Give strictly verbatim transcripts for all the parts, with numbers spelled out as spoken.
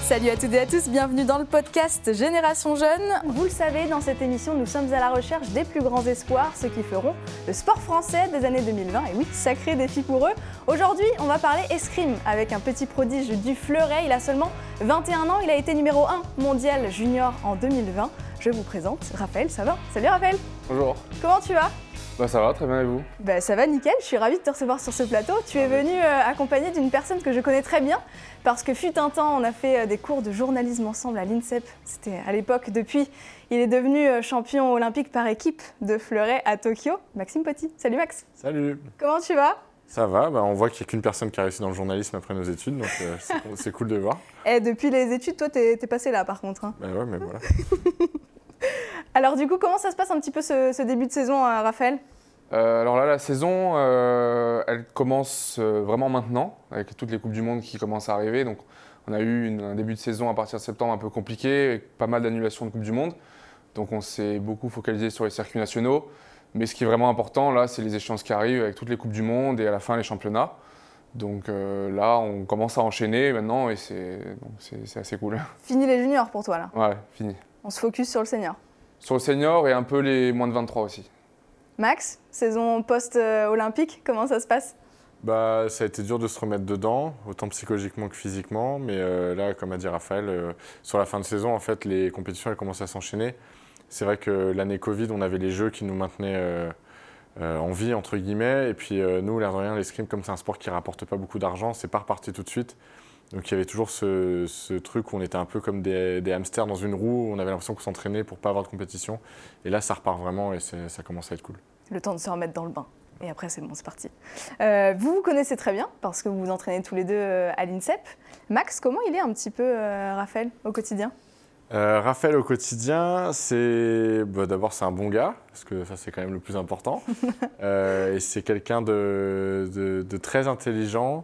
Salut à toutes et à tous, bienvenue dans le podcast Génération Jeune. Vous le savez, dans cette émission, nous sommes à la recherche des plus grands espoirs, ceux qui feront le sport français des années deux mille vingt. Et oui, sacré défi pour eux. Aujourd'hui, on va parler escrime avec un petit prodige du fleuret. Il a seulement vingt et un ans, il a été numéro un mondial junior en deux mille vingt. Je vous présente Raphaël Savin. Salut Raphaël. Bonjour. Comment tu vas ? Bah ça va, très bien et vous ? Bah ça va nickel, je suis ravie de te recevoir sur ce plateau. Tu es venu euh, accompagné d'une personne que je connais très bien parce que fut un temps, on a fait euh, des cours de journalisme ensemble à l'INSEP. C'était à l'époque, depuis, il est devenu euh, champion olympique par équipe de fleuret à Tokyo. Maxime Petit. Salut Max. Salut. Comment tu vas ? Ça va, bah on voit qu'il n'y a qu'une personne qui a réussi dans le journalisme après nos études, donc euh, c'est, c'est cool de voir. Et depuis les études, toi t'es, t'es passé là par contre. Hein. Bah ouais, mais voilà. Alors du coup, comment ça se passe un petit peu ce, ce début de saison, euh, Raphaël ? euh, Alors là, la saison, euh, elle commence euh, vraiment maintenant, avec toutes les Coupes du Monde qui commencent à arriver. Donc on a eu une, un début de saison à partir de septembre un peu compliqué, avec pas mal d'annulations de Coupes du Monde. Donc on s'est beaucoup focalisé sur les circuits nationaux. Mais ce qui est vraiment important, là, c'est les échéances qui arrivent avec toutes les Coupes du Monde et à la fin les championnats. Donc euh, là, on commence à enchaîner maintenant et c'est, donc c'est, c'est assez cool. Fini les juniors pour toi là ? Ouais, fini. On se focus sur le senior. Sur le senior et un peu les moins de vingt-trois aussi. Max, saison post-olympique, comment ça se passe ? Bah, ça a été dur de se remettre dedans, autant psychologiquement que physiquement. Mais euh, là, comme a dit Raphaël, euh, sur la fin de saison, en fait, les compétitions elles commencent à s'enchaîner. C'est vrai que l'année Covid, on avait les jeux qui nous maintenaient euh, euh, en vie, entre guillemets. Et puis euh, nous, l'air de rien, l'escrime, comme c'est un sport qui ne rapporte pas beaucoup d'argent, c'est pas reparti tout de suite. Donc il y avait toujours ce, ce truc où on était un peu comme des, des hamsters dans une roue, où on avait l'impression qu'on s'entraînait pour ne pas avoir de compétition. Et là, ça repart vraiment et c'est, ça commence à être cool. Le temps de se remettre dans le bain. Et après, c'est bon, c'est parti. Euh, vous vous connaissez très bien, parce que vous vous entraînez tous les deux à l'INSEP. Max, comment il est un petit peu, euh, Raphaël, au quotidien ? euh, Raphaël, au quotidien, c'est... Bah, d'abord, c'est un bon gars, parce que ça, c'est quand même le plus important. euh, et c'est quelqu'un de, de, de très intelligent,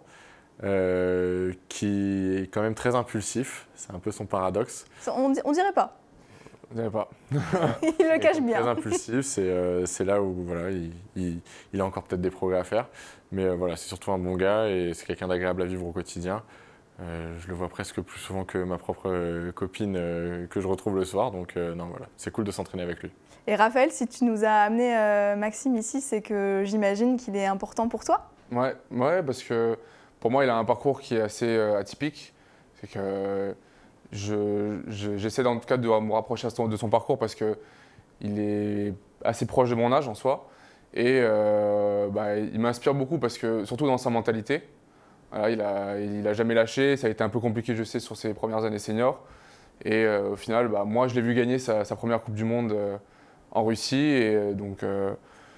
euh, qui est quand même très impulsif. C'est un peu son paradoxe. On, on dirait pas. On dirait pas. Il le cache bien. Très impulsif, c'est, euh, c'est là où voilà, il, il, il a encore peut-être des progrès à faire. Mais euh, voilà, c'est surtout un bon gars et c'est quelqu'un d'agréable à vivre au quotidien. Euh, je le vois presque plus souvent que ma propre euh, copine euh, que je retrouve le soir. Donc euh, non, voilà, c'est cool de s'entraîner avec lui. Et Raphaël, si tu nous as amené euh, Maxime ici, c'est que j'imagine qu'il est important pour toi ? Ouais, ouais, parce que pour moi, il a un parcours qui est assez euh, atypique. C'est que je, je, j'essaie en tout cas de me rapprocher de son parcours parce qu'il est assez proche de mon âge en soi. Et euh, bah, il m'inspire beaucoup parce que, surtout dans sa mentalité. Voilà, il a, il a jamais lâché, ça a été un peu compliqué, je sais, sur ses premières années seniors. Et euh, au final, bah, moi, je l'ai vu gagner sa, sa première Coupe du Monde euh, en Russie. Et euh, donc, euh,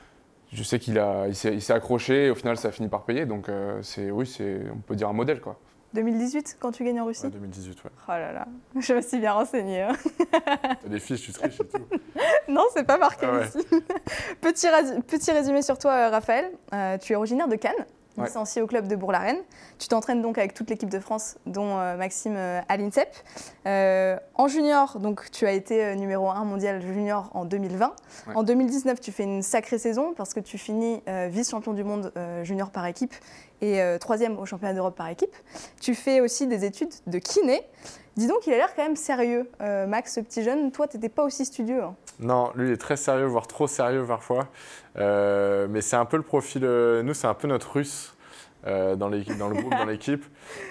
je sais qu'il a, il s'est, il s'est accroché et au final, ça a fini par payer. Donc, euh, c'est, oui, c'est, on peut dire un modèle, quoi. deux mille dix-huit, quand tu gagnes en Russie ? Ouais, deux mille dix-huit, ouais. Oh là là, je me suis bien renseignée. Hein. T'as des fiches, tu triches et tout. Non, c'est pas marqué Ah ouais. ici. Petit, ras- petit résumé sur toi, Raphaël. Euh, tu es originaire de Cannes, Ouais. licencié au club de Bourg-la-Reine. Tu t'entraînes donc avec toute l'équipe de France, dont euh, Maxime euh, à l'INSEP. Euh, en junior, donc, tu as été euh, numéro un mondial junior en deux mille vingt. Ouais. En deux mille dix-neuf, tu fais une sacrée saison parce que tu finis euh, vice-champion du monde euh, junior par équipe et euh, troisième au championnat d'Europe par équipe. Tu fais aussi des études de kiné. Dis donc, il a l'air quand même sérieux, euh, Max, ce petit jeune. Toi, tu n'étais pas aussi studieux. Hein. Non, lui il est très sérieux, voire trop sérieux parfois. Euh, mais c'est un peu le profil, euh, nous c'est un peu notre russe euh, dans, dans le groupe, dans l'équipe.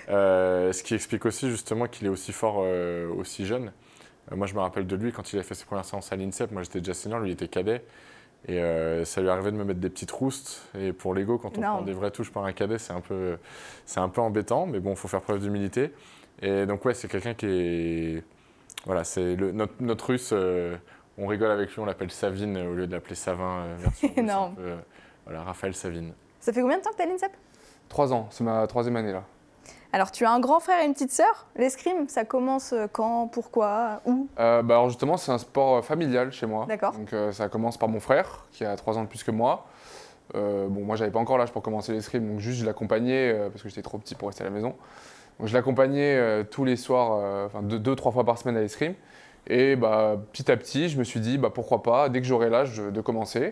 Euh, ce qui explique aussi justement qu'il est aussi fort, euh, aussi jeune. Euh, moi je me rappelle de lui quand il a fait ses premières séances à l'INSEP, moi j'étais déjà senior, lui il était cadet. Et euh, ça lui arrivait de me mettre des petites roustes. Et pour l'ego, quand on Non. prend des vraies touches par un cadet, c'est un peu, c'est un peu embêtant. Mais bon, il faut faire preuve d'humilité. Et donc ouais, c'est quelqu'un qui est... Voilà, c'est le, notre, notre russe... Euh, on rigole avec lui, on l'appelle Savine au lieu de l'appeler Savin. Euh, version russe, Énorme. un peu, euh, voilà, Raphaël Savine. Ça fait combien de temps que tu es à l'INSEP ? Trois ans, c'est ma troisième année là. Alors, tu as un grand frère et une petite sœur. L'escrime, ça commence quand, pourquoi, où ? Euh, bah alors justement, c'est un sport familial chez moi. D'accord. Donc euh, ça commence par mon frère, qui a trois ans de plus que moi. Euh, bon, moi, j'avais pas encore l'âge pour commencer l'escrime, donc juste je l'accompagnais euh, parce que j'étais trop petit pour rester à la maison. Donc je l'accompagnais euh, tous les soirs, euh, enfin deux, deux, trois fois par semaine à l'escrime. Et bah, petit à petit, je me suis dit, bah, pourquoi pas, dès que j'aurai l'âge de, de commencer.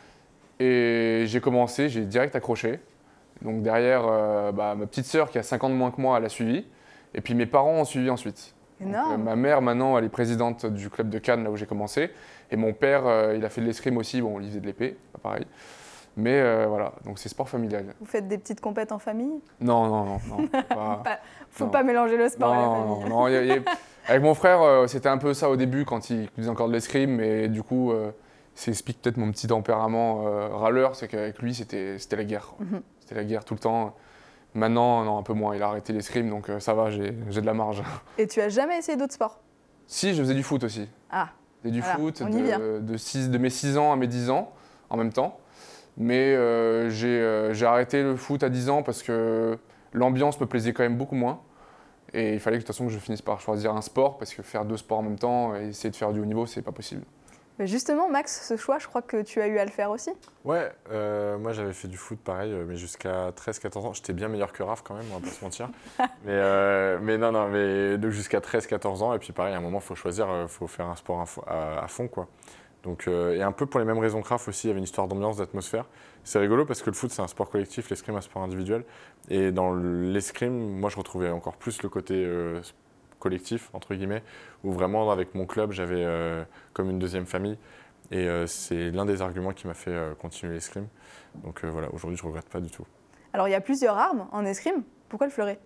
Et j'ai commencé, j'ai direct accroché. Donc derrière, euh, bah, ma petite sœur qui a cinq ans de moins que moi, elle a suivi. Et puis mes parents ont suivi ensuite. Énorme. Donc, euh, ma mère, maintenant, elle est présidente du club de Cannes, là où j'ai commencé. Et mon père, euh, il a fait de l'escrime aussi. Bon, il faisait de l'épée, pas pareil. Mais euh, voilà, donc c'est sport familial. Vous faites des petites compètes en famille? Non, non, non. non pas, Pas- Faut non. pas mélanger le sport non, et la non, famille. non, y a- y a- avec mon frère, euh, c'était un peu ça au début quand il faisait encore de l'escrime. Mais du coup, euh, ça explique peut-être mon petit tempérament euh, râleur. C'est qu'avec lui, c'était c'était la guerre. Mhm. C'était la guerre tout le temps. Maintenant, non, un peu moins. Il a arrêté l'escrime, donc euh, ça va, j'ai j'ai de la marge. Et tu as jamais essayé d'autres sports? Si, je faisais du foot aussi. Ah, Je faisais du Voilà, foot on y vient. de, de, six- de mes six ans à mes dix ans en même temps. Mais euh, j'ai euh, j'ai arrêté le foot à dix ans parce que l'ambiance me plaisait quand même beaucoup moins. Et il fallait que, de toute façon que je finisse par choisir un sport parce que faire deux sports en même temps et essayer de faire du haut niveau, c'est pas possible. mais justement, Max, ce choix, je crois que tu as eu à le faire aussi. Ouais, euh, moi j'avais fait du foot pareil, euh, mais jusqu'à treize quatorze ans. J'étais bien meilleur que Raph quand même, on va pas se mentir. mais, euh, mais non, non, mais donc jusqu'à treize quatorze ans. Et puis pareil, à un moment, il faut choisir, il faut faire un sport à, fo- à- à fond, quoi. Donc, euh, et un peu pour les mêmes raisons que Raph aussi, il y avait une histoire d'ambiance, d'atmosphère. C'est rigolo parce que le foot, c'est un sport collectif, l'escrime, un sport individuel. Et dans l'escrime, moi, je retrouvais encore plus le côté euh, collectif, entre guillemets, où vraiment, avec mon club, j'avais euh, comme une deuxième famille. Et euh, c'est l'un des arguments qui m'a fait euh, continuer l'escrime. Donc euh, voilà, aujourd'hui, je ne regrette pas du tout. Alors, il y a plusieurs armes en escrime. Pourquoi le fleuret?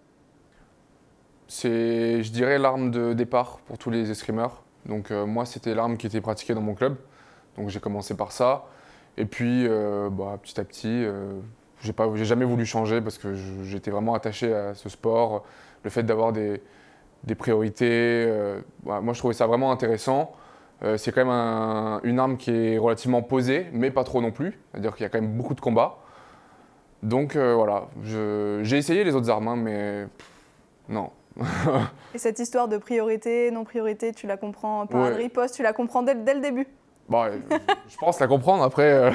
C'est, je dirais, l'arme de départ pour tous les escrimeurs. Donc euh, moi, c'était l'arme qui était pratiquée dans mon club. Donc j'ai commencé par ça. Et puis, euh, bah, petit à petit, euh, j'ai pas, j'ai jamais voulu changer parce que je- j'étais vraiment attaché à ce sport. Le fait d'avoir des, des priorités, euh, ouais, moi je trouvais ça vraiment intéressant. Euh, c'est quand même un- une arme qui est relativement posée, mais pas trop non plus. C'est-à-dire qu'il y a quand même beaucoup de combats. Donc euh, voilà, je- j'ai essayé les autres armes, hein, mais pff, non. Et cette histoire de priorité, non priorité, tu la comprends par Ouais. un riposte, tu la comprends dès, dès le début. Bon, euh, je pense la comprendre. Après, euh,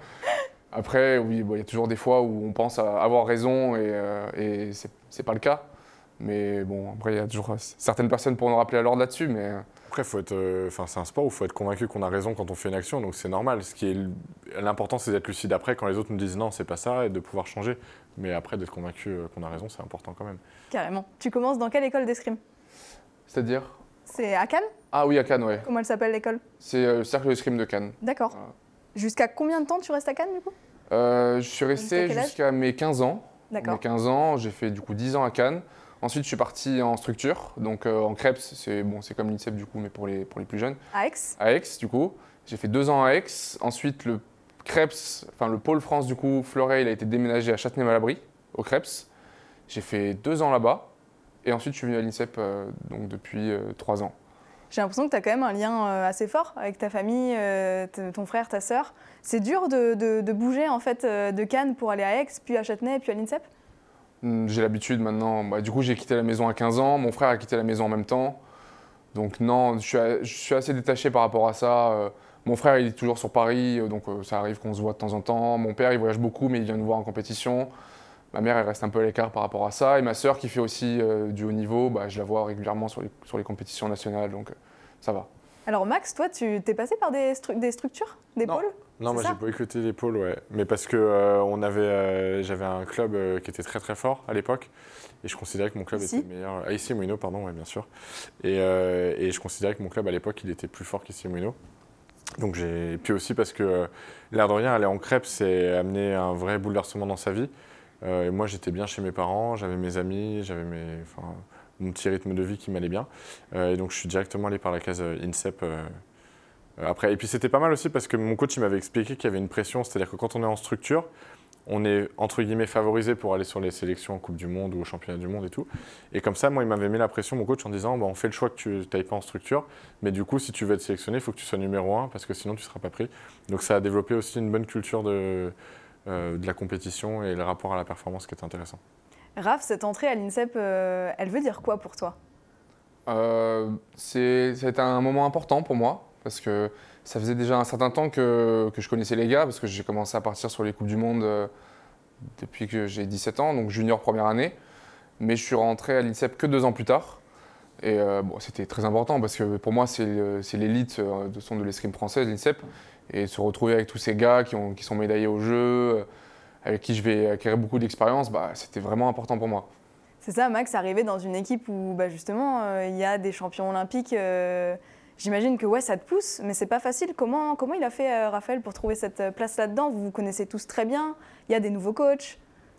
après oui, bon, il y a toujours des fois où on pense à avoir raison et, euh, et c'est c'est pas le cas. Mais bon, après, il y a toujours certaines personnes pour nous rappeler à l'ordre là-dessus. Mais euh, Après, faut être, euh, enfin, c'est un sport où il faut être convaincu qu'on a raison quand on fait une action, donc c'est normal. Ce qui est l- l'important, c'est d'être lucide après quand les autres nous disent non, c'est pas ça, et de pouvoir changer. Mais après, d'être convaincu euh, qu'on a raison, c'est important quand même. Carrément. Tu commences dans quelle école d'escrime? c'est-à-dire C'est à Cannes? Ah oui, à Cannes, ouais. Comment elle s'appelle l'école? C'est euh, le cercle d'escrime de Cannes. D'accord. Voilà. Jusqu'à combien de temps tu restes à Cannes du coup? Euh, je suis Jusqu'à resté quel âge jusqu'à mes quinze ans. D'accord. Mes quinze ans, j'ai fait du coup dix ans à Cannes. Ensuite, je suis parti en structure, donc euh, en Creps, c'est bon, c'est comme l'INSEP du coup, mais pour les, pour les plus jeunes. À Aix? À Aix, du coup. J'ai fait deux ans à Aix. Ensuite, le Creps, enfin le pôle France, du coup, Fleuret, il a été déménagé à Châtenay-Malabry, au Creps. J'ai fait deux ans là-bas. Et ensuite, je suis venu à l'INSEP euh, donc depuis euh, trois ans. J'ai l'impression que tu as quand même un lien euh, assez fort avec ta famille, euh, t- ton frère, ta sœur. C'est dur de, de- de bouger en fait euh, de Cannes pour aller à Aix, puis à Châtenay, puis à l'INSEP? Hum, J'ai l'habitude maintenant. Bah, du coup, j'ai quitté la maison à quinze ans. Mon frère a quitté la maison en même temps. Donc non, je suis, a- je suis assez détaché par rapport à ça. Euh, mon frère, il est toujours sur Paris, euh, donc euh, ça arrive qu'on se voit de temps en temps. Mon père, il voyage beaucoup, mais il vient nous voir en compétition. Ma mère, elle reste un peu à l'écart par rapport à ça. Et ma sœur, qui fait aussi euh, du haut niveau, bah, je la vois régulièrement sur les, sur les compétitions nationales, donc euh, ça va. Alors Max, toi, tu t'es passé par des, stru- des structures, des Non. pôles? Non, C'est moi ça j'ai boycotté les pôles, ouais. Mais parce que euh, on avait, euh, j'avais un club euh, qui était très très fort à l'époque. Et je considérais que mon club Ici était meilleur. Ah, ici, Mouino, pardon, ouais, bien sûr. Et, euh, et je considérais que mon club à l'époque, il était plus fort qu'ici, Mouino. Donc j'ai. Puis aussi parce que euh, l'air de rien, aller en crêpes, c'est amener un vrai bouleversement dans sa vie. Euh, et moi, j'étais bien chez mes parents, j'avais mes amis, j'avais mes, enfin, mon petit rythme de vie qui m'allait bien. Euh, et donc je suis directement allé par la case euh, INSEP. euh, euh, après. Et puis c'était pas mal aussi parce que mon coach il m'avait expliqué qu'il y avait une pression, c'est-à-dire que quand on est en structure, on est entre guillemets favorisé pour aller sur les sélections en Coupe du Monde ou au Championnat du Monde et tout. Et comme ça, moi, il m'avait mis la pression, mon coach, en disant bah, on fait le choix que tu n'ailles pas en structure, mais du coup, si tu veux être sélectionné, il faut que tu sois numéro un parce que sinon, tu ne seras pas pris. Donc ça a développé aussi une bonne culture de, euh, de la compétition et le rapport à la performance qui est intéressant. Raph, cette entrée à l'INSEP, euh, elle veut dire quoi pour toi? Euh, c'est, c'est un moment important pour moi parce que ça faisait déjà un certain temps que, que je connaissais les gars parce que j'ai commencé à partir sur les Coupes du Monde euh, depuis que j'ai dix-sept ans, donc junior première année. Mais je suis rentré à l'INSEP que deux ans plus tard. Et euh, bon, c'était très important parce que pour moi, c'est, le- c'est l'élite euh, de son de l'escrime française, l'INSEP. Et se retrouver avec tous ces gars qui, ont, qui sont médaillés au jeu, euh, avec qui je vais acquérir beaucoup d'expérience, bah, c'était vraiment important pour moi. C'est ça, Max, arriver dans une équipe où bah, justement euh, il y a des champions olympiques. Euh, j'imagine que ouais, ça te pousse, mais c'est pas facile. Comment, comment il a fait, euh, Raphaël, pour trouver cette place là-dedans? Vous vous connaissez tous très bien, il y a des nouveaux coachs.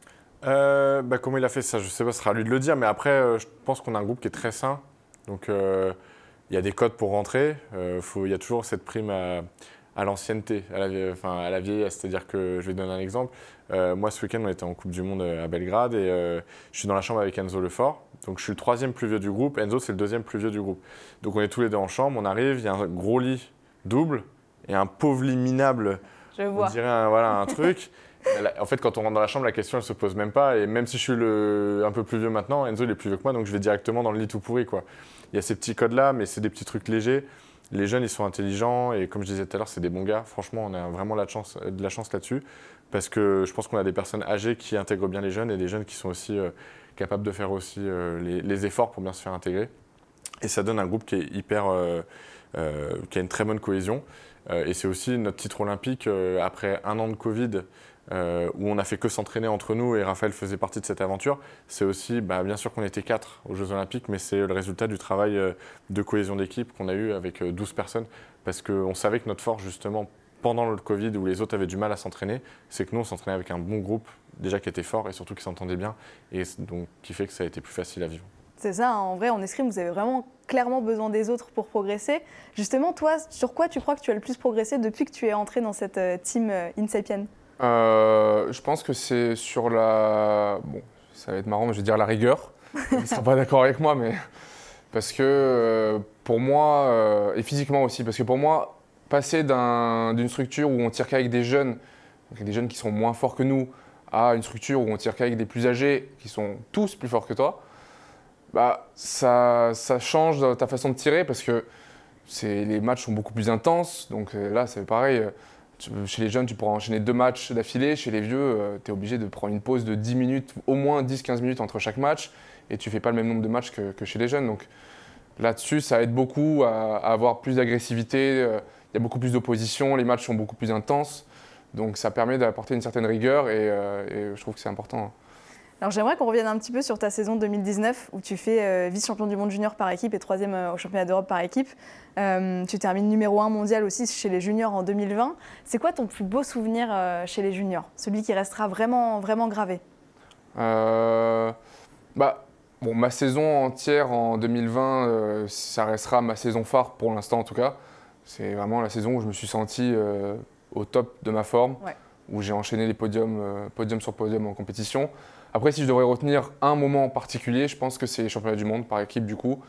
Euh, bah, comment il a fait ça, je sais pas, ce sera à lui de le dire, mais après, euh, je pense qu'on a un groupe qui est très sain. Donc, euh, il y a des codes pour rentrer. Euh, faut, il y a toujours cette prime à, à l'ancienneté, à la, enfin, à la vieillesse. C'est-à-dire que, je vais donner un exemple. Euh, moi, ce week-end, on était en Coupe du Monde à Belgrade et euh, je suis dans la chambre avec Enzo Lefort. Donc, je suis le troisième plus vieux du groupe. Enzo, c'est le deuxième plus vieux du groupe. Donc, on est tous les deux en chambre. On arrive, il y a un gros lit double et un pauvre lit minable. Je vois. On dirait un, voilà, un truc. En fait, quand on rentre dans la chambre, la question, elle ne se pose même pas. Et même si je suis le, un peu plus vieux maintenant, Enzo, il est plus vieux que moi, donc je vais directement dans le lit tout pourri, quoi. Il y a ces petits codes-là, mais c'est des petits trucs légers. Les jeunes, ils sont intelligents. Et comme je disais tout à l'heure, c'est des bons gars. Franchement, on a vraiment la chance, de la chance là-dessus. Parce que je pense qu'on a des personnes âgées qui intègrent bien les jeunes et des jeunes qui sont aussi euh, capables de faire aussi euh, les, les efforts pour bien se faire intégrer. Et ça donne un groupe qui est hyper, euh, euh, qui a une très bonne cohésion. Euh, et c'est aussi notre titre olympique euh, après un an de Covid. Euh, où on n'a fait que s'entraîner entre nous et Raphaël faisait partie de cette aventure. C'est aussi, bah, bien sûr qu'on était quatre aux Jeux Olympiques, mais c'est le résultat du travail euh, de cohésion d'équipe qu'on a eu avec euh, douze personnes, parce qu'on savait que notre force, justement, pendant le Covid, où les autres avaient du mal à s'entraîner, c'est que nous, on s'entraînait avec un bon groupe, déjà qui était fort et surtout qui s'entendait bien, et donc qui fait que ça a été plus facile à vivre. C'est ça, en vrai, en escrime, vous avez vraiment clairement besoin des autres pour progresser. Justement, toi, sur quoi tu crois que tu as le plus progressé depuis que tu es entré dans cette euh, team euh, Insapien? Euh, je pense que c'est sur la... Bon, ça va être marrant, mais je vais dire la rigueur. Il ne sera pas d'accord avec moi, mais... Parce que euh, pour moi, euh, et physiquement aussi, parce que pour moi, passer d'un, d'une structure où on tire qu'avec des jeunes, donc des jeunes qui sont moins forts que nous, à une structure où on tire qu'avec des plus âgés, qui sont tous plus forts que toi, bah, ça, ça change ta façon de tirer, parce que c'est, les matchs sont beaucoup plus intenses. Donc là, c'est pareil. Chez les jeunes, tu pourras enchaîner deux matchs d'affilée. Chez les vieux, euh, tu es obligé de prendre une pause de dix minutes, au moins dix à quinze minutes entre chaque match. Et tu ne fais pas le même nombre de matchs que, que chez les jeunes. Donc là-dessus, ça aide beaucoup à, à avoir plus d'agressivité. Il euh, y a beaucoup plus d'opposition. Les matchs sont beaucoup plus intenses. Donc ça permet d'apporter une certaine rigueur et, euh, et je trouve que c'est important. Alors j'aimerais qu'on revienne un petit peu sur ta saison deux mille dix-neuf où tu fais euh, vice-champion du monde junior par équipe et troisième euh, au championnat d'Europe par équipe. Euh, tu termines numéro un mondial aussi chez les juniors en deux mille vingt. C'est quoi ton plus beau souvenir euh, chez les juniors? Celui qui restera vraiment, vraiment gravé? euh, bah, bon, Ma saison entière en deux mille vingt, euh, ça restera ma saison phare pour l'instant en tout cas. C'est vraiment la saison où je me suis senti euh, au top de ma forme, ouais. Où j'ai enchaîné les podiums, euh, podium sur podium en compétition. Après, si je devrais retenir un moment en particulier, je pense que c'est les championnats du monde par équipe du coup.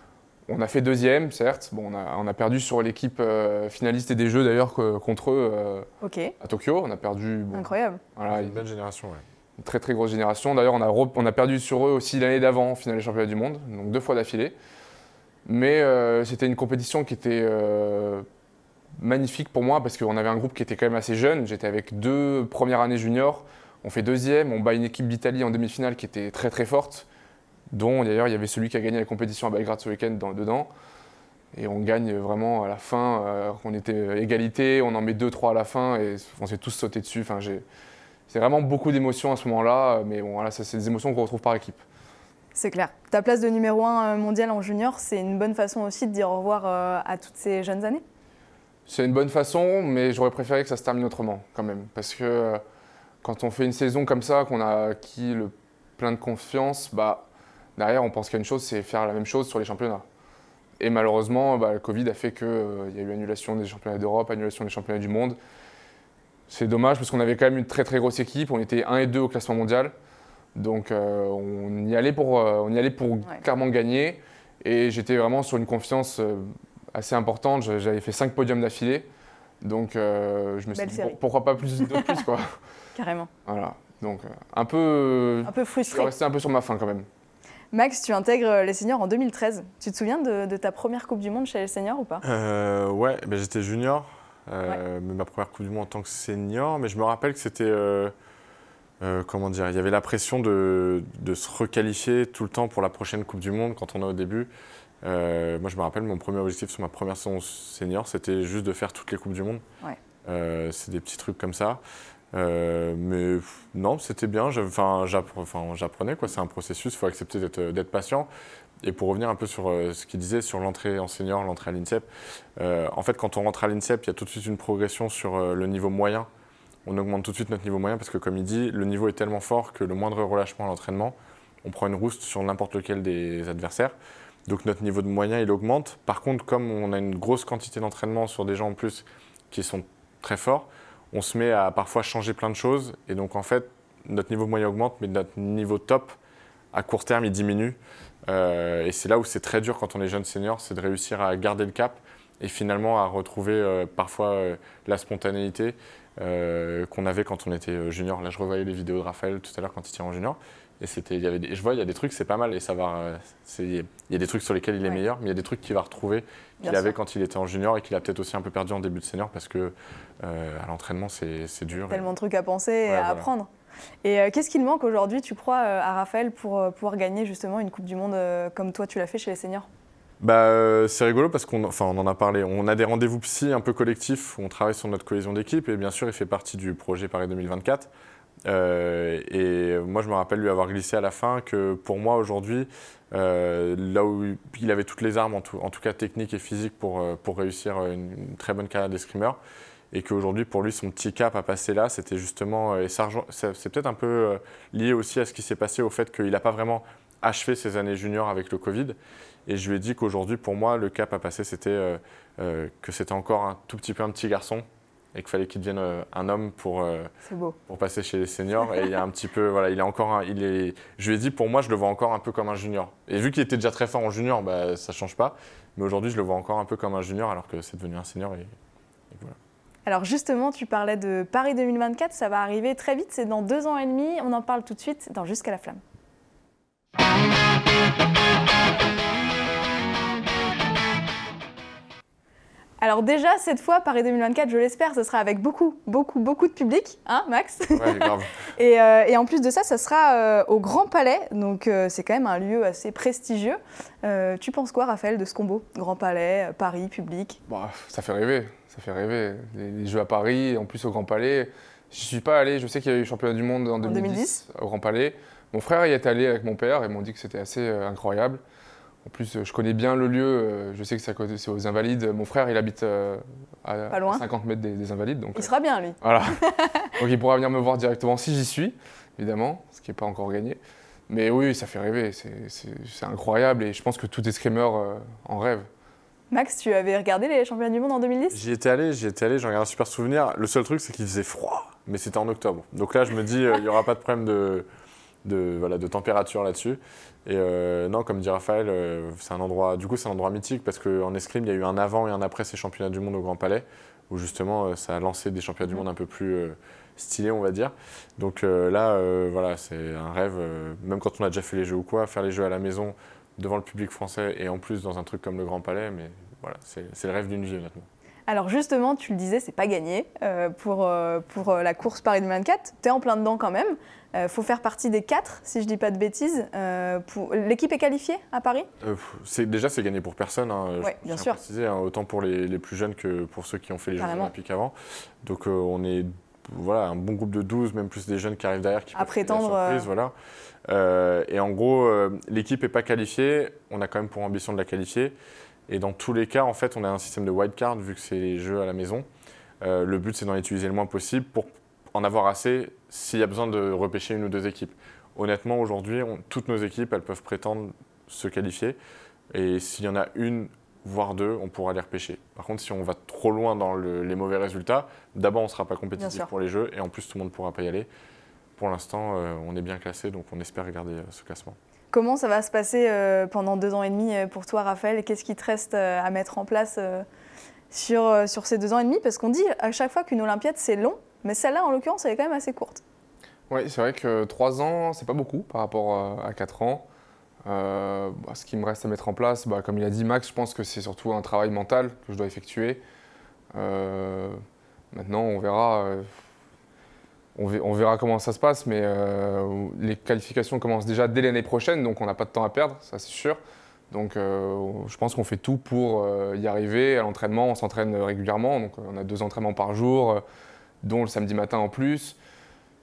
On a fait deuxième, certes. Bon, on, a, on a perdu sur l'équipe euh, finaliste et des Jeux d'ailleurs contre eux euh, okay. à Tokyo. On a perdu. Bon, incroyable. Voilà, une belle génération, ouais. Une très très grosse génération. D'ailleurs, on a, on a perdu sur eux aussi l'année d'avant en finale des championnats du monde, donc deux fois d'affilée. Mais euh, c'était une compétition qui était euh, magnifique pour moi parce qu'on avait un groupe qui était quand même assez jeune. J'étais avec deux premières années juniors. On fait deuxième, on bat une équipe d'Italie en demi-finale qui était très très forte, dont d'ailleurs il y avait celui qui a gagné la compétition à Belgrade ce week-end dans, dedans. Et on gagne vraiment à la fin, euh, on était égalité, on en met deux trois à la fin et on s'est tous sauté dessus. Enfin, j'ai... C'est vraiment beaucoup d'émotions à ce moment-là, mais bon, voilà, ça, c'est des émotions qu'on retrouve par équipe. C'est clair. Ta place de numéro un mondial en junior, c'est une bonne façon aussi de dire au revoir à toutes ces jeunes années? C'est une bonne façon, mais j'aurais préféré que ça se termine autrement quand même, parce que quand on fait une saison comme ça, qu'on a acquis le plein de confiance, bah, derrière, on pense qu'il y a une chose, c'est faire la même chose sur les championnats. Et malheureusement, bah, le Covid a fait qu'il euh, y a eu annulation des championnats d'Europe, annulation des championnats du monde. C'est dommage parce qu'on avait quand même une très très grosse équipe, on était un et deux au classement mondial. Donc euh, on y allait pour, euh, on y allait pour ouais. clairement gagner. Et j'étais vraiment sur une confiance euh, assez importante, j'avais fait cinq podiums d'affilée. Donc euh, je me suis dit pour, pourquoi pas plus de plus quoi. Carrément. Voilà. Donc euh, un peu. Un peu frustré. Je suis resté un peu sur ma faim quand même. Max, tu intègres les seniors en deux mille treize. Tu te souviens de, de ta première Coupe du Monde chez les seniors ou pas? euh, Ouais, ben j'étais junior. Euh, ouais. Mais ma première Coupe du Monde en tant que senior. Mais je me rappelle que c'était. Euh, euh, comment dire? Il y avait la pression de, de se requalifier tout le temps pour la prochaine Coupe du Monde quand on est au début. Euh, moi, je me rappelle, mon premier objectif sur ma première saison senior, c'était juste de faire toutes les Coupes du Monde. Ouais. Euh, c'est des petits trucs comme ça. Euh, mais non, c'était bien. Enfin, j'apprenais, quoi. C'est un processus, il faut accepter d'être patient. Et pour revenir un peu sur euh, ce qu'il disait sur l'entrée en senior, l'entrée à l'INSEP, euh, en fait, quand on rentre à l'INSEP, il y a tout de suite une progression sur euh, le niveau moyen. On augmente tout de suite notre niveau moyen parce que, comme il dit, le niveau est tellement fort que le moindre relâchement à l'entraînement, on prend une rouste sur n'importe lequel des adversaires. Donc notre niveau de moyen, il augmente. Par contre, comme on a une grosse quantité d'entraînement sur des gens en plus qui sont très forts, on se met à parfois changer plein de choses. Et donc, en fait, notre niveau moyen augmente, mais notre niveau top, à court terme, il diminue. Euh, et c'est là où c'est très dur quand on est jeune senior, c'est de réussir à garder le cap et finalement à retrouver euh, parfois euh, la spontanéité euh, qu'on avait quand on était junior. Là, je revoyais les vidéos de Raphaël tout à l'heure quand il était en junior. Et c'était, il y avait des, je vois, il y a des trucs, c'est pas mal. Et ça va, il y a des trucs sur lesquels il est ouais. meilleur, mais il y a des trucs qu'il va retrouver qu'il Bien avait sûr. Quand il était en junior et qu'il a peut-être aussi un peu perdu en début de senior parce que euh, à l'entraînement, c'est, c'est dur. Tellement et... de trucs à penser et ouais, à voilà. apprendre. Et euh, qu'est-ce qu'il manque aujourd'hui, tu crois, euh, à Raphaël pour euh, pouvoir gagner justement une Coupe du Monde euh, comme toi, tu l'as fait chez les seniors? Bah, euh, c'est rigolo parce qu'on enfin, on en a parlé. On a des rendez-vous psy un peu collectifs où on travaille sur notre cohésion d'équipe et bien sûr, il fait partie du projet Paris deux mille vingt-quatre. Euh, et moi, je me rappelle lui avoir glissé à la fin que pour moi, aujourd'hui, euh, là où il avait toutes les armes, en tout, en tout cas techniques et physiques, pour, pour réussir une, une très bonne carrière d'escrimeur. Et qu'aujourd'hui, pour lui, son petit cap à passer là, c'était justement, et ça, c'est peut-être un peu lié aussi à ce qui s'est passé au fait qu'il n'a pas vraiment achevé ses années juniors avec le Covid. Et je lui ai dit qu'aujourd'hui, pour moi, le cap à passer, c'était euh, euh, que c'était encore un tout petit peu un petit garçon et qu'il fallait qu'il devienne euh, un homme pour, euh, pour passer chez les seniors. Et il y a un petit peu, voilà, il est encore, un, il est. Je lui ai dit, pour moi, je le vois encore un peu comme un junior. Et vu qu'il était déjà très fort en junior, bah, ça change pas. Mais aujourd'hui, je le vois encore un peu comme un junior, alors que c'est devenu un senior. Et, et voilà. Alors justement, tu parlais de Paris deux mille vingt-quatre, ça va arriver très vite, c'est dans deux ans et demi. On en parle tout de suite dans Jusqu'à la flamme. Alors déjà, cette fois, Paris deux mille vingt-quatre, je l'espère, ce sera avec beaucoup, beaucoup, beaucoup de public, hein Max? Ouais, grave. et, euh, et en plus de ça, ça sera euh, au Grand Palais, donc euh, c'est quand même un lieu assez prestigieux. Euh, tu penses quoi, Raphaël, de ce combo? Grand Palais, Paris, public? Bah, ça fait rêver, ça fait rêver. Les, les Jeux à Paris, et en plus au Grand Palais. Je ne suis pas allé, je sais qu'il y a eu le championnat du monde en, en deux mille dix, deux mille dix au Grand Palais. Mon frère y est allé avec mon père et m'ont dit que c'était assez euh, incroyable. En plus, je connais bien le lieu, je sais que c'est, à côté, c'est aux Invalides. Mon frère, il habite à, à cinquante mètres des, des Invalides. Donc, il sera bien, lui. Voilà. Donc il pourra venir me voir directement si j'y suis, évidemment, ce qui n'est pas encore gagné. Mais oui, ça fait rêver, c'est, c'est, c'est incroyable et je pense que tout escrimeur euh, en rêve. Max, tu avais regardé les championnats du monde en deux mille dix? J'y étais allé, j'y étais allé, j'en garde un super souvenir. Le seul truc, c'est qu'il faisait froid, mais c'était en octobre. Donc là, je me dis, il euh, n'y aura pas de problème de, de, voilà, de température là-dessus. Et euh, non, comme dit Raphaël, euh, c'est un endroit, du coup, c'est un endroit mythique parce qu'en escrime, il y a eu un avant et un après ces championnats du monde au Grand Palais, où justement, euh, ça a lancé des championnats du monde un peu plus euh, stylés, on va dire. Donc euh, là, euh, voilà, c'est un rêve. Euh, même quand on a déjà fait les jeux ou quoi, faire les jeux à la maison devant le public français et en plus dans un truc comme le Grand Palais, mais voilà, c'est, c'est le rêve d'une vie honnêtement. Alors justement, tu le disais, c'est pas gagné euh, pour, euh, pour euh, la course Paris deux mille vingt-quatre. Tu es en plein dedans quand même. Il euh, faut faire partie des quatre, si je dis pas de bêtises. Euh, pour... L'équipe est qualifiée à Paris? euh, c'est, Déjà, c'est gagné pour personne. Hein. Ouais, bien sûr. Préciser, hein, autant pour les, les plus jeunes que pour ceux qui ont fait les Carrément. Jeux Olympiques avant. Donc euh, on est voilà, un bon groupe de douze, même plus des jeunes qui arrivent derrière qui à peuvent prétendre. La surprise, euh... voilà. euh, et en gros, euh, l'équipe n'est pas qualifiée. On a quand même pour ambition de la qualifier. Et dans tous les cas, en fait, on a un système de wildcard vu que c'est les jeux à la maison. Euh, le but, c'est d'en utiliser le moins possible pour en avoir assez s'il y a besoin de repêcher une ou deux équipes. Honnêtement, aujourd'hui, on, toutes nos équipes, elles peuvent prétendre se qualifier. Et s'il y en a une, voire deux, on pourra les repêcher. Par contre, si on va trop loin dans le, les mauvais résultats, d'abord, on ne sera pas compétitif pour les jeux et en plus, tout le monde ne pourra pas y aller. Pour l'instant, euh, on est bien classé, donc on espère garder euh, ce classement. Comment ça va se passer euh, pendant deux ans et demi pour toi, Raphaël? Qu'est-ce qui te reste euh, à mettre en place euh, sur, euh, sur ces deux ans et demi? Parce qu'on dit à chaque fois qu'une Olympiade, c'est long, mais celle-là, en l'occurrence, elle est quand même assez courte. Oui, c'est vrai que trois ans, c'est pas beaucoup par rapport à quatre ans. Euh, bah, ce qui me reste à mettre en place, bah, comme il a dit Max, je pense que c'est surtout un travail mental que je dois effectuer. Euh, maintenant, on verra. Euh, On verra comment ça se passe, mais euh, les qualifications commencent déjà dès l'année prochaine, donc on n'a pas de temps à perdre, ça c'est sûr. Donc euh, je pense qu'on fait tout pour euh, y arriver. À l'entraînement, on s'entraîne régulièrement, donc on a deux entraînements par jour, euh, dont le samedi matin en plus.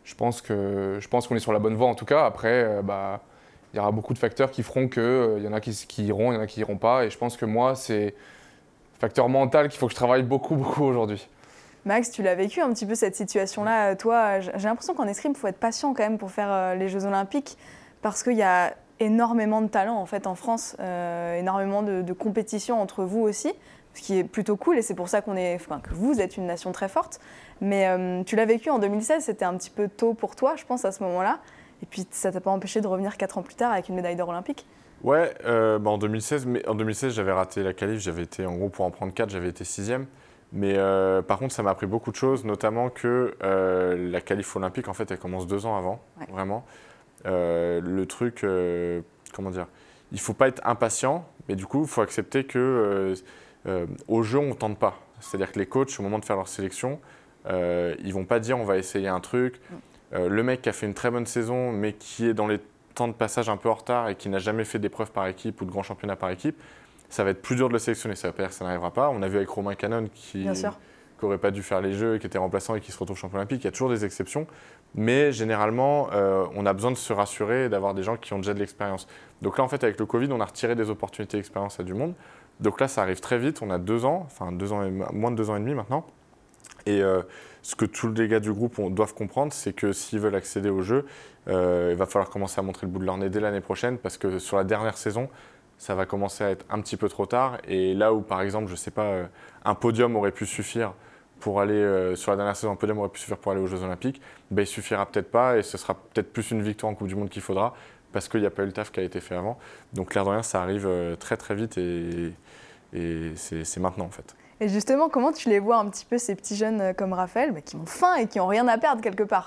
je pense que je pense qu'on est sur la bonne voie en tout cas. Après, euh, bah, il y aura beaucoup de facteurs qui feront qu'il euh, y en a qui, qui iront, il y en a qui iront pas. Et je pense que moi, c'est facteur mental qu'il faut que je travaille beaucoup, beaucoup aujourd'hui. Max, tu l'as vécu un petit peu cette situation-là. Toi, j'ai l'impression qu'en escrime, il faut être patient quand même pour faire euh, les Jeux Olympiques parce qu'il y a énormément de talent en fait en France, euh, énormément de, de compétition entre vous aussi, ce qui est plutôt cool et c'est pour ça qu'on est, enfin, que vous êtes une nation très forte. Mais euh, tu l'as vécu en deux mille seize, c'était un petit peu tôt pour toi, je pense, à ce moment-là. Et puis ça t'a pas empêché de revenir quatre ans plus tard avec une médaille d'or olympique? Ouais, euh, bah en deux mille seize, mais en deux mille seize, j'avais raté la qualif. J'avais été, en gros, pour en prendre quatre, j'avais été sixième. Mais euh, par contre, ça m'a appris beaucoup de choses, notamment que euh, la qualif olympique, en fait, elle commence deux ans avant, ouais. Vraiment. Euh, le truc, euh, comment dire, il ne faut pas être impatient, mais du coup, il faut accepter que euh, euh, au jeu, on ne tente pas. C'est-à-dire que les coachs, au moment de faire leur sélection, euh, ils ne vont pas dire on va essayer un truc. Euh, le mec qui a fait une très bonne saison, mais qui est dans les temps de passage un peu en retard et qui n'a jamais fait d'épreuve par équipe ou de grand championnat par équipe, ça va être plus dur de le sélectionner. Ça veut pas dire que ça n'arrivera pas. On a vu avec Romain Canon qui n'aurait pas dû faire les Jeux, qui était remplaçant et qui se retrouve champion olympique. Il y a toujours des exceptions. Mais généralement, euh, on a besoin de se rassurer et d'avoir des gens qui ont déjà de l'expérience. Donc là, en fait, avec le Covid, on a retiré des opportunités d'expérience à du monde. Donc là, ça arrive très vite. On a deux ans, enfin deux ans et, moins de deux ans et demi maintenant. Et euh, ce que tous les gars du groupe ont, doivent comprendre, c'est que s'ils veulent accéder au jeu, euh, il va falloir commencer à montrer le bout de leur nez dès l'année prochaine parce que sur la dernière saison, ça va commencer à être un petit peu trop tard. Et là où, par exemple, je ne sais pas, un podium aurait pu suffire pour aller, euh, sur la dernière saison, un podium aurait pu suffire pour aller aux Jeux Olympiques, ben, il ne suffira peut-être pas et ce sera peut-être plus une victoire en Coupe du Monde qu'il faudra parce qu'il n'y a pas eu le taf qui a été fait avant. Donc, l'air de rien, ça arrive très, très vite et, et c'est maintenant, en fait. Et justement, comment tu les vois un petit peu, ces petits jeunes comme Raphaël, bah, qui ont faim et qui n'ont rien à perdre quelque part?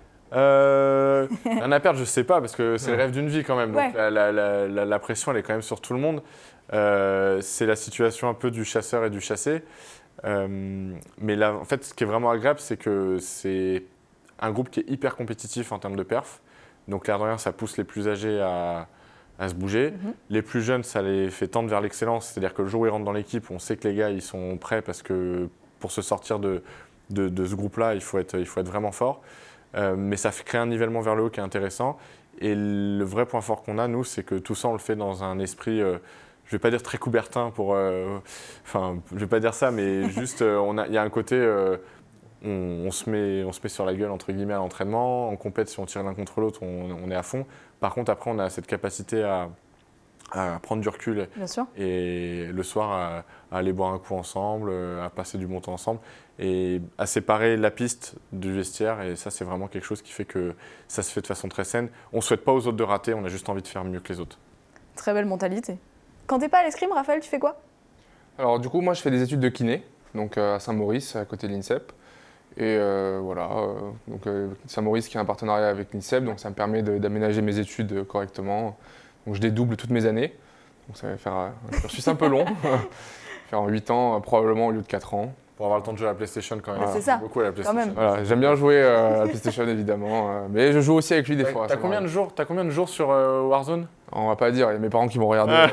Euh, rien à perdre, je sais pas, parce que c'est ouais. le rêve d'une vie quand même. Donc ouais. la, la, la, la, la pression, elle est quand même sur tout le monde. Euh, c'est la situation un peu du chasseur et du chassé. Euh, mais là, en fait, ce qui est vraiment agréable, c'est que c'est un groupe qui est hyper compétitif en termes de perf. Donc l'air de rien, ça pousse les plus âgés à, à se bouger. Mm-hmm. Les plus jeunes, ça les fait tendre vers l'excellence. C'est-à-dire que le jour où ils rentrent dans l'équipe, on sait que les gars, ils sont prêts parce que pour se sortir de, de, de ce groupe-là, il faut être, il faut être vraiment fort. Euh, mais ça fait créer un nivellement vers le haut qui est intéressant. Et le vrai point fort qu'on a, nous, c'est que tout ça, on le fait dans un esprit, euh, je ne vais pas dire très coubertin, pour, euh, enfin, je ne vais pas dire ça, mais juste, euh, on a, il y a un côté, euh, on, on, se met, on se met sur la gueule, entre guillemets, à l'entraînement. En compète, si on tire l'un contre l'autre, on, on est à fond. Par contre, après, on a cette capacité à, à prendre du recul. Bien sûr. Et le soir, à, à aller boire un coup ensemble, à passer du bon temps ensemble. Et à séparer la piste du vestiaire. Et ça, c'est vraiment quelque chose qui fait que ça se fait de façon très saine. On ne souhaite pas aux autres de rater, on a juste envie de faire mieux que les autres. Très belle mentalité. Quand tu n'es pas à l'escrime, Raphaël, tu fais quoi? Alors du coup, moi, je fais des études de kiné, donc à Saint-Maurice, à côté de l'INSEP. Et euh, voilà, euh, donc euh, Saint-Maurice qui a un partenariat avec l'INSEP, donc ça me permet d'aménager mes études correctement. Donc je dédouble toutes mes années, donc ça va faire un cursus un peu long, faire en huit ans probablement au lieu de quatre ans. Pour avoir le temps de jouer à la PlayStation quand même. Ah, c'est ça, beaucoup à la PlayStation. Voilà, j'aime bien jouer euh, à la PlayStation évidemment, euh, mais je joue aussi avec lui des fois. T'as combien de jours, t'as combien de jours sur euh, Warzone? On va pas dire, il y a mes parents qui vont regarder. Ah.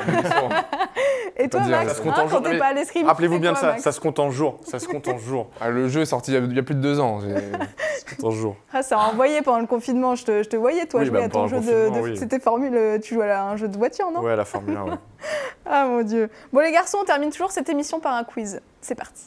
Et toi, Max, ça se compte hein, en quand t'es pas à l'escrime, rappelez-vous bien de ça, Max ça se compte en jours. Ça se compte en jours. Ah, le jeu est sorti il y, y a plus de deux ans. Ça se compte en jours. Ah, ça a envoyé pendant le confinement. Je te, je te voyais, toi, oui, jouer bah, à ton jeu de. de oui. C'était Formule. Tu jouais à un jeu de voiture, non? Ouais, à la Formule un, ouais. Ah mon Dieu. Bon, les garçons, on termine toujours cette émission par un quiz. C'est parti.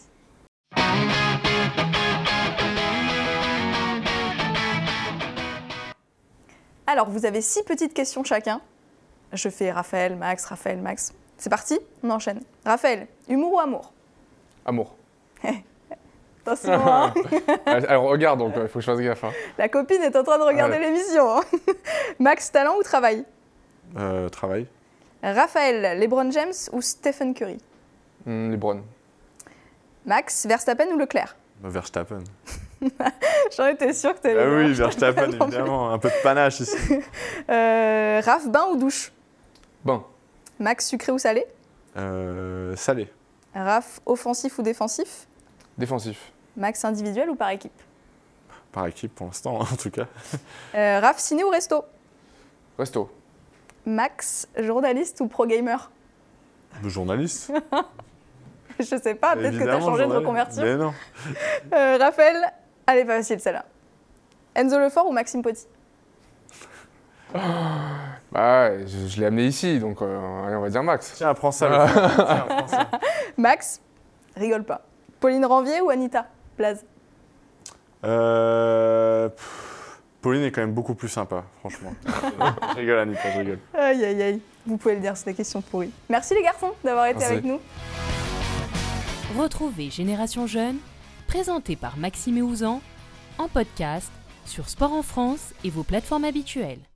Alors, vous avez six petites questions chacun. Je fais Raphaël, Max, Raphaël, Max. C'est parti, on enchaîne. Raphaël, humour ou amour? Amour. Attention, hein. Alors, regarde, donc il faut que je fasse gaffe. Hein. La copine est en train de regarder ouais. l'émission. Hein. Max, talent ou travail? euh, Travail. Raphaël, LeBron James ou Stephen Curry? mm, LeBron. Max, Verstappen ou Leclerc? Verstappen. J'en étais sûre que tu allais. Ah oui, Verstappen, évidemment. Un peu de panache ici. euh, Raph, bain ou douche? Bain. Max, sucré ou salé? euh, Salé. Raph, offensif ou défensif? Défensif. Max, individuel ou par équipe? Par équipe pour l'instant, en tout cas. Euh, Raph, ciné ou resto? Resto. Max, journaliste ou pro-gamer? Journaliste. Je sais pas, peut-être que tu as changé de reconversion. Mais non. Euh, Raphaël, allez, pas facile celle-là. Enzo Lefort ou Maxime Poty? Bah ouais, je, je l'ai amené ici, donc euh, allez, on va dire Max. Tiens, prends ça. Le Tiens, prends ça. Max, rigole pas. Pauline Ranvier ou Anita Blaze? Euh, pff, Pauline est quand même beaucoup plus sympa, franchement. Je rigole, Anita, je rigole. Aïe, aïe, aïe. Vous pouvez le dire, c'est des questions pourries. Merci les garçons d'avoir été Merci. avec nous. Retrouvez Génération Jeune, présenté par Maxime et Ouzan, en podcast sur Sport en France et vos plateformes habituelles.